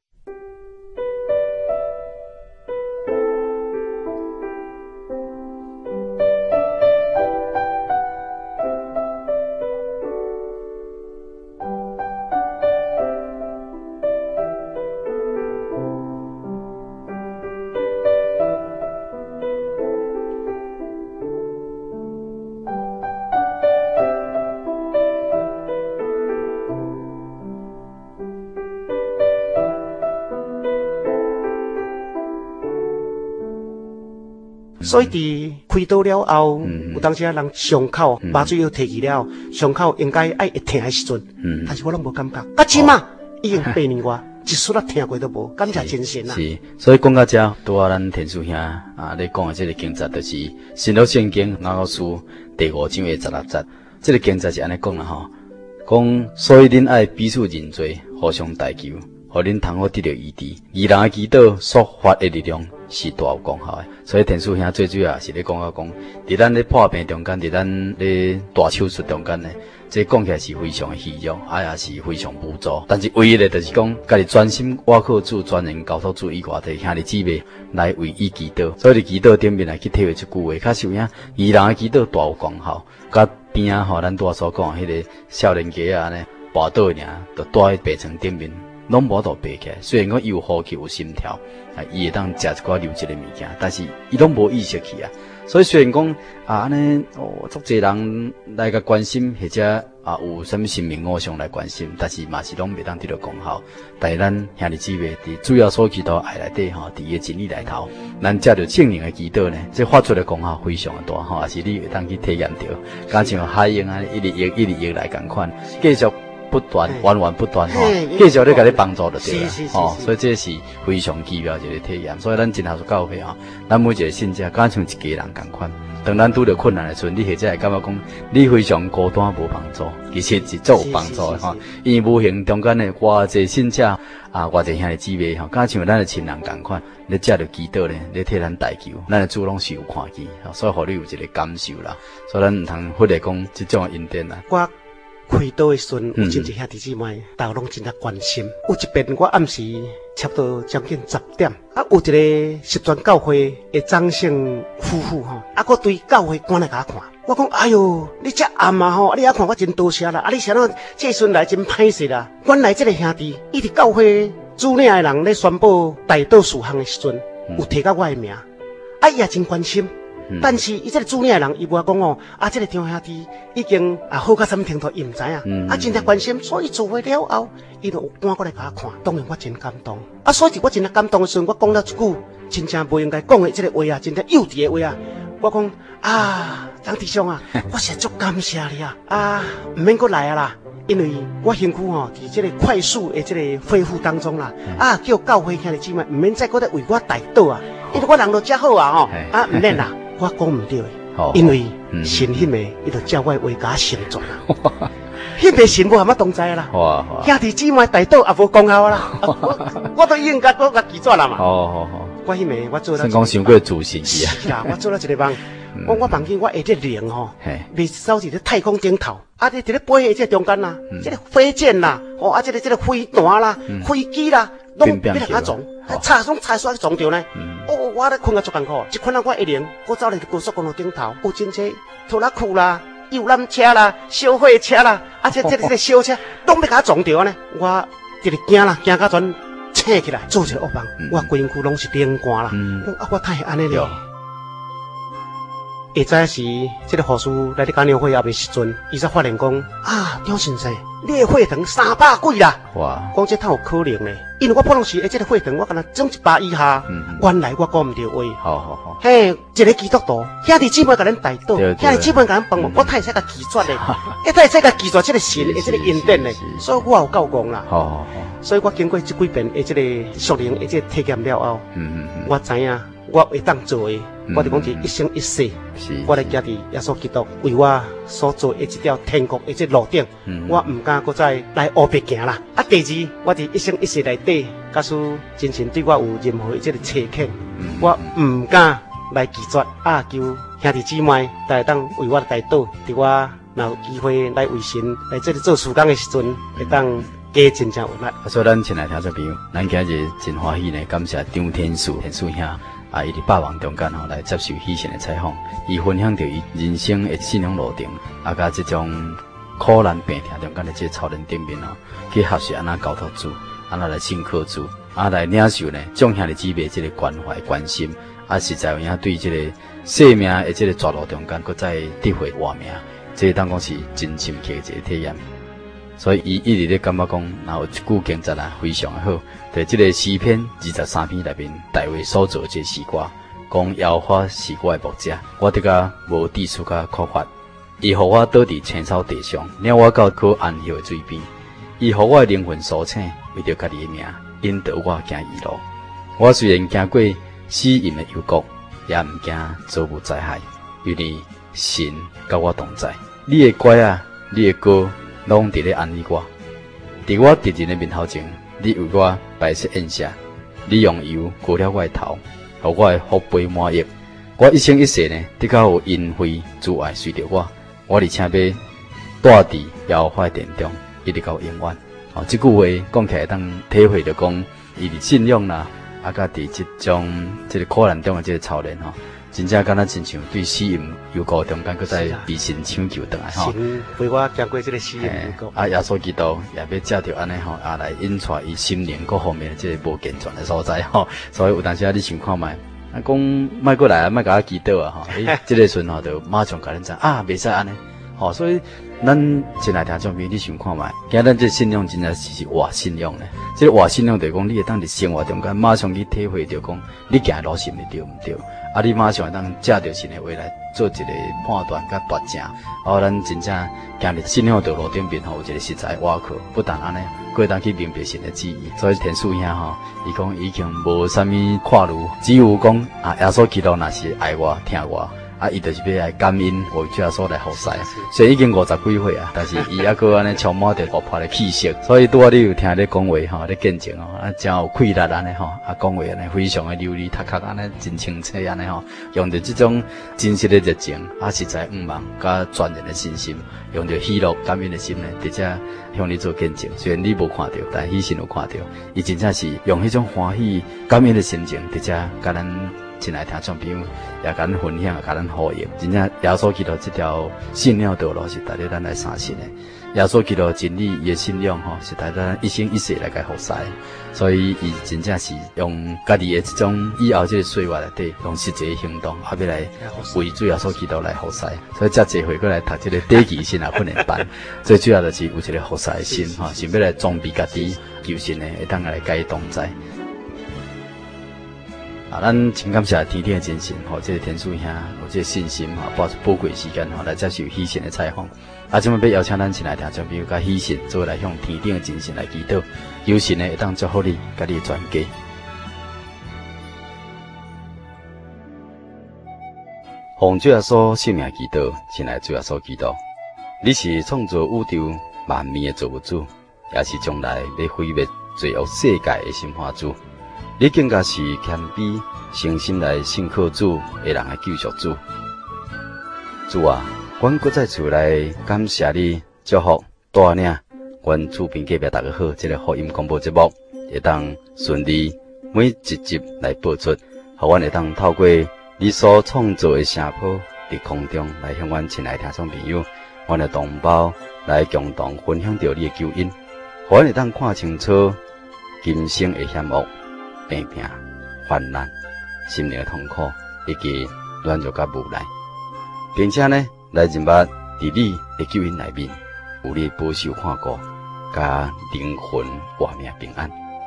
所以伫开刀了后，有当时啊人伤口麻醉药摕去了，伤口应该爱会疼的时阵，但是我拢无感觉。到即嘛已经8年外，一丝仔疼过都无，感谢真神啊！
是，所以讲到这，拄啊咱田叔兄啊，咧讲的这个经节，就是《新约圣经雅各书》第5章的16节。这个经节是安尼讲啦吼，讲所以恁爱彼此认罪，互相代求，互恁通好得到医治。义人的祈祷所发的力量是大有功效的。所以田叔兄最主要是咧讲到讲，伫咱咧破病中间，伫咱咧大手术中间呢，这讲起来是非常的虚弱，也是非常无助。但是唯一的就是讲，家己专心倚靠主，专人交托主以外，替兄弟姊妹来为伊祈祷。所以伫祈祷顶面来去体会一句话，较受影义人的祈祷大有功效。甲边啊吼，咱拄所讲迄个少年家啊呢，跋倒尔，就倒喺病床顶面。拢无度爬起来，虽然讲伊有呼吸有心跳，伊会当食一寡流质的物件，但是伊拢无意识去啊。所以虽然讲安尼足侪人来个关心，或者有啥物生命偶像来关心，但是嘛是拢袂当得到功效。但是咱兄弟姊妹伫主要所祈祷爱内底吼，伫伊真理内头，咱借着圣灵的祈祷呢，这发出的功效非常的大吼，也是你会当去体验到，敢像海涌啊，一日液来共款，继续。不断，源源不断吼，继续咧甲你帮助就对了吼，所以这是非常奇妙一个体验。所以咱真好做教会吼，咱每一个信者，敢像一家人共款。当咱拄着困难的时阵，你或者会感觉讲，你非常孤单无帮助，其实是足有帮助的吼。因为无形中间的偌济信者偌济兄弟姊妹吼，敢像咱的亲人共款，咧借着祈祷咧，咧替咱代求，咱的主拢是有看见，所以互你有一个感受啦。所以咱唔通忽略讲这种恩典啦。
开刀的时阵，有真侪兄弟姊妹，大家拢真啊关心。有一遍我暗时差不多将近10点，有一个十全教会的张姓夫妇吼，佫对教会赶来甲我看。我讲，哎哟，你这暗啊吼，你看我真多谢啦。你想到这时阵来真歹势啦。原来这个兄弟，伊伫教会主领的人咧宣布代祷事项的时阵，有提到我的名，伊也真关心。但是伊这个主领的人，伊无讲哦，这个张兄弟已经好到什么程度，伊唔知影，真正关心，所以做伙了后，伊就有赶过来甲我看，当然我真感动。所以我真感动的时候，我讲了一句真正不应该讲的这个话啊，真正幼稚的话啊，我讲张弟兄啊，我是足感谢你啊，唔免过来啊啦， 因为我身躯吼，伫这个快速的这个恢复当中啦，叫教会兄弟姊妹唔免再搁在为我代祷啊，因为我人都遮好啊吼，唔免啦，我讲唔对的，因为神迄个伊就照我话甲成全啦，迄个神无含啊同在啦，兄弟姊妹代祷也无功效啦，我都已经甲记住啦嘛，我迄个我做了，
算讲伤过自信去啊，
是啦，我做了一个梦。我梦见我下这灵吼，未走伫咧太空顶头，伫咧飞的这中间啦，这个飞箭啦，这个飞弹啦，飞机啦，拢要来甲撞，差煞撞着呢。我咧困啊足艰苦，一困啊我一灵，我走咧高速公路顶头，有真济拖拉库啦、游览车啦、小货车啦，这个小车拢要甲撞着呢。我一直惊啦，惊甲全醒起来，做一个噩梦，我规身躯拢是冷汗啦，我太安尼了。下早时，这个护士来咧讲庙会后面时阵，伊才发现讲张先生，你的血糖300几啦！哇！讲这太有可能咧，因为我普通时这个血糖我敢若总100以下，原来我讲唔对话。好。嘿，一个基督徒，兄弟姊妹甲咱带倒，兄弟姊妹甲咱帮忙，我太会使甲记住咧，太会使甲记住这个神的这个恩典咧，所以我有够讲啦。好。所以我经过这几遍的这个属灵的这个体验了后，我知影。我会当做的，我就讲是一生一世，我来行伫耶稣基督为我所做的一条天国的这路顶，我唔敢搁再来黑白行啦。第二，我伫一生一世内底，假使真心对我有任何的这个切欠，我唔敢来拒绝求兄弟姊妹来当为我代祷，伫我若有机会来为神来这里做事工的时阵，会当加真正有力。
所以咱前来听众朋友，咱今日真欢喜呢，感谢张天树兄。伊伫百忙中间来接受喜讯的采访，伊分享着伊人生的信仰路程，甲这种苦难病痛中间的这超人顶面去学习安怎交托主，安怎来信靠主，来领受呢众兄弟姊妹这个关怀关心，实在有影对这个生命的这个绝路中间，搁再体会活命，这当讲是真深刻的一个体验。所以伊一直咧感觉讲，然后一句经节非常的好。在这个诗篇23篇内面，大卫所做这诗歌，讲耶和华是我的牧者，我得甲无地处甲缺乏。伊予我倒伫青草地上，领我到可安息的水边。伊予我的灵魂苏醒，为着家己的名，引导我行义路。我虽然行过死荫的幽谷，也唔惊遭遇灾害，因为神甲我同在。你的歌你的歌。拢伫咧安慰我，伫我敌人的面头前，你为我摆设宴席，你用油膏了我的头，互我的福杯满溢。我一生一世呢，得到有恩惠慈爱随着我，我而且要住伫耶和华的殿中，一直到永远。这句话讲起来，当体会着讲，伊伫信仰啦，甲伫这种这个苦难中的这个操练真正敢若亲像对死荫幽谷中间，搁再被神抢救倒来
神陪我经过这个死荫幽谷。
耶稣基督也要借着安尼来引出伊心灵各方面的这个无健全的所在所以有当时你想看卖，讲莫过来莫甲我祈祷这个时阵就马上甲恁知袂使安尼所以咱进来听众朋友，你想看卖，今咱这信仰真正是活信仰咧。这个活信仰就是讲，你会当伫生活中间马上去体会着讲，你行的路是毋是对毋对？你马上会当借着神的话来做一个判断甲决定。咱真正行伫信仰道路顶边有一个实在瓦靠，不但安尼，会当去明白神的旨意。所以天父兄伊讲已经无啥物看路，只有讲耶稣基督若是爱我听我。伊就是要来感恩为主耶稣来服侍，虽然已经50几岁但是伊还阁安尼充满着活泼的气息，所以拄你有听咧讲话咧见证真有气力安尼讲话安尼非常的流利，读安尼真清楚安尼用着这种真实的热情实在望甲全然的信心，用着喜乐感恩的心呢，直接向你做见证。虽然你无看到，但是神有看到，伊真正是用迄种欢喜感恩的心情，直接甲咱进来听众朋友也甲咱分享，甲咱呼应。真正耶稣基督这条信仰道路是带着咱来相信的。耶稣基督真理伊的信仰是带咱一生一世来甲服侍。所以伊真正是用家己的这种以后这个岁月内底，用实际的行动，要来为主耶稣基督来服侍。所以遮济回过来读这个短期神训练班，最主要就是有一个服侍的心想要来装备家己，求神呢会当来甲伊同在。 啊，咱真感谢天天的精神，吼，这个天书兄有这个信心，吼，拨出宝贵时间，吼，来接受喜信的采访。啊，今日要邀请咱亲爱听众朋友甲喜信，做来向天顶的精神来祈祷，有神呢会当祝福你，甲你的全家。奉主耶稣圣名祈祷，亲爱主耶稣祈祷，你是创造宇宙万物的造物主，也是将来要毁灭罪恶世界的审判主。你更加是谦卑、诚心来信靠主的人的救赎主。主啊，阮搁再厝来感谢你，祝福带领阮厝边隔壁大家好，这个福音广播节目会当顺利每一集来播出，互阮会当透过你所创造的声波伫空中来向阮亲爱听众朋友、阮的同胞来共同分享着你的救恩，互阮会当看清楚今生的险恶。病痛、患难、心灵的痛苦，以及软弱甲无奈，并且呢，来认捌伫你的救恩内面，有你保守看顾，甲灵魂活命平安。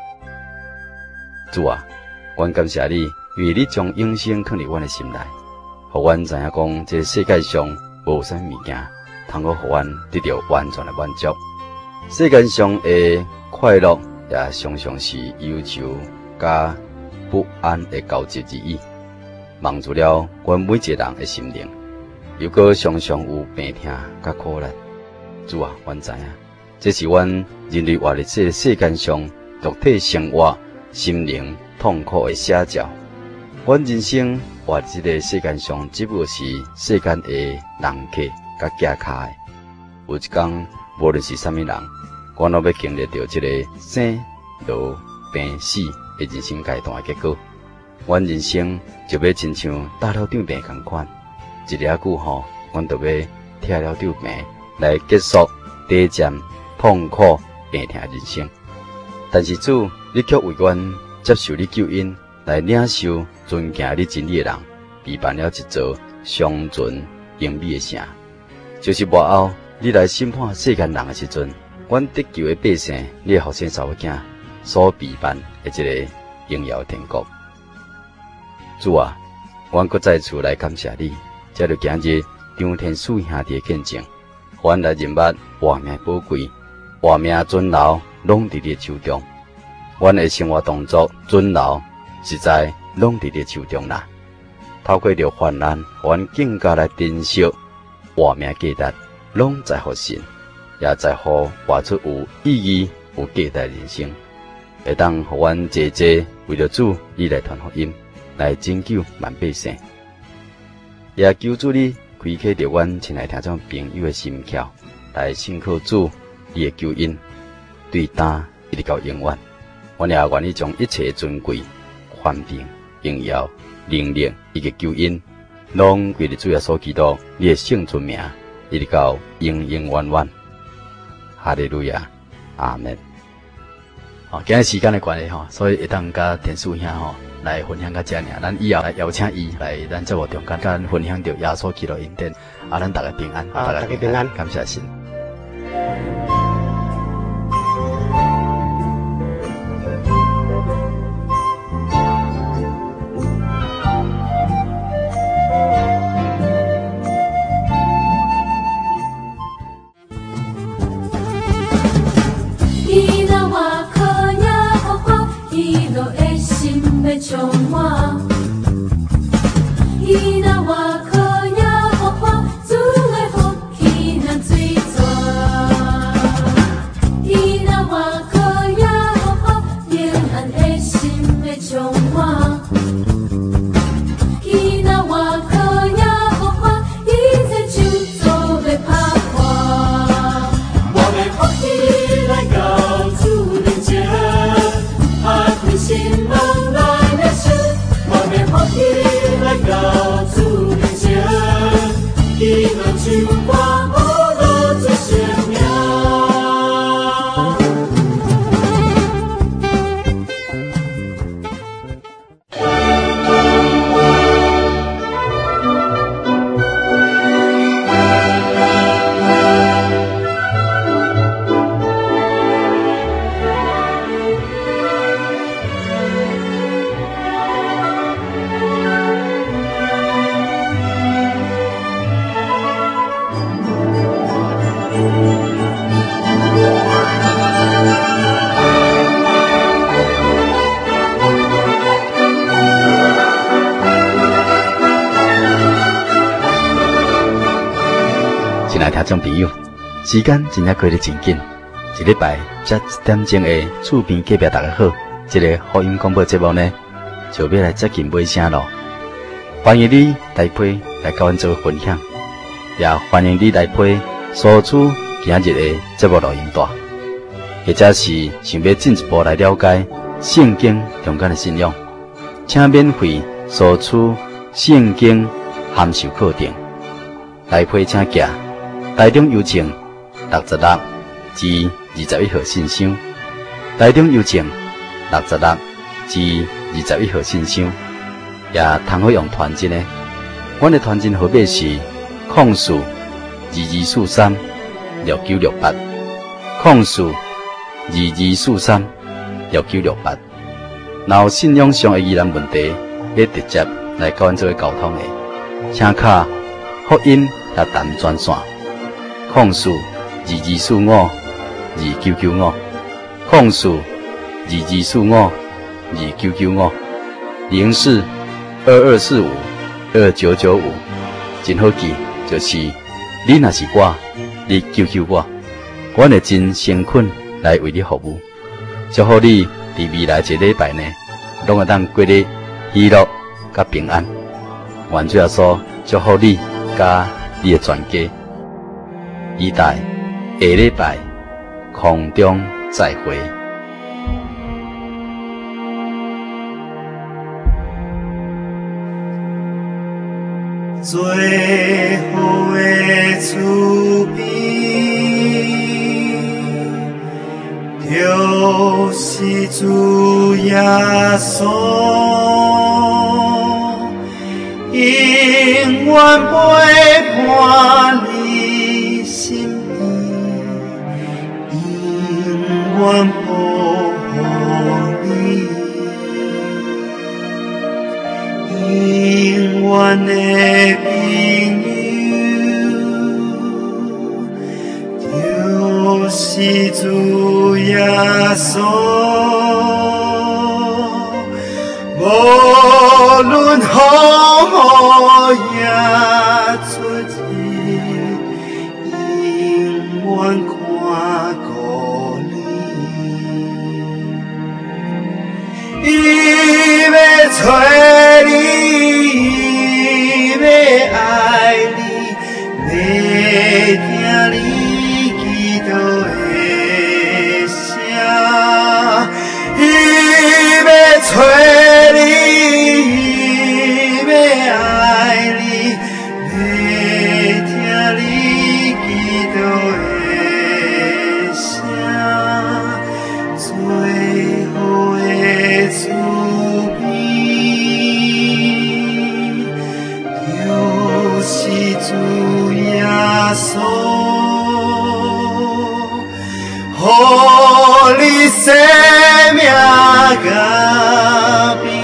主啊，阮感谢你，因为你将永生放伫阮的心内，互阮知影讲，这世界上无啥物件通够互阮得到完全的满足。世界上的快乐也常常是忧愁甲不安的交织之意，蒙住了阮每一个人的心灵，又搁常常有病痛甲苦难。主啊，阮知影，这是阮人类活伫这个世间上独体生活、心灵痛苦的写照。阮人生活伫这个世间上，只不过是世间的人客甲寄卡的。有一天，无论是啥物人，阮拢要经历到这个生老病死的人生阶段的结果，阮人生就要亲像打了场病同款，一了久吼，阮就要拆了场病来结束短暂痛苦病痛的人生。但是主，你却为阮接受你救恩，来领受尊敬你真理的人，备办了一座上纯英美的城，就是末后你来审判世间人的时阵，阮得救的百姓，你的后生查某囝所备办的这个荣耀天国。主啊，阮搁再次来感谢你，才着今日张天赐兄弟的见证，阮来认捌活命宝贵，活命尊老拢伫你的手中，阮的生活动作尊老实在拢伫你的手中啦。透过着患难，阮更加来珍惜活命价值，拢在乎神，也在乎活出有意义、有价值的人生。会当互阮坐坐为着主，你来传福音，来拯救万百姓，也求主你开启着阮亲爱听众朋友的心窍，来信靠主你的救恩，对担一直到永远。阮也愿意将一切尊贵、权柄、荣耀、能力以及救恩，拢归伫主耶稣基督你的圣尊名，一直到永永远远。哈利路亚，阿门。今日时间的关系所以会当甲田叔兄来分享到这尔，咱以后来邀请伊来咱节目中间，甲咱分享到耶稣基督恩典，咱大家平安，
大家平安，
感谢神。
充满，伊若外靠也好看，主的福气若水泉。伊若外靠也好看，平安的心的充满。伊若外靠也好看，一切手做要拍破。我的福气来到主面前，打开心门。来到主面前，伊能去光我的这些名。
亲爱的听众朋友，时间真正过得真紧，一礼拜才1点钟的厝边隔壁大家好，这个福音广播节目呢，就要来接近尾声咯。欢迎你来陪来跟阮做分享，也欢迎你来陪索取今日的节目录音带，或者是想要进一步来了解圣经中间的信仰，请免费索取圣经函授课程，来陪请假。台中邮政66至21号信箱，台中邮政66至21号信箱，也通好用传真的。阮的传真号码是0422436968，0422436968。若有信仰上的疑难问题，要直接来跟阮做沟通的，请卡福音也谈专线。0422452995，0422452995，0422452995，真好记，就是你若是我，你救救我，我会真诚恳来为你服务。祝福你伫未来一礼拜呢，拢会当过得喜乐甲平安。愿主耶稣祝福你甲你的全家。期待下礼拜空中再会。
最好的厝边，就是主耶稣，永远陪伴你。心意永远保护你，永远的朋友，就是主耶稣，无论风雨也出现。永远看顾你，伊要找你，伊要爱你，要听你祈祷的声，伊要找你，伊要爱你，要听你祈祷的。主耶稣，予你生命甲平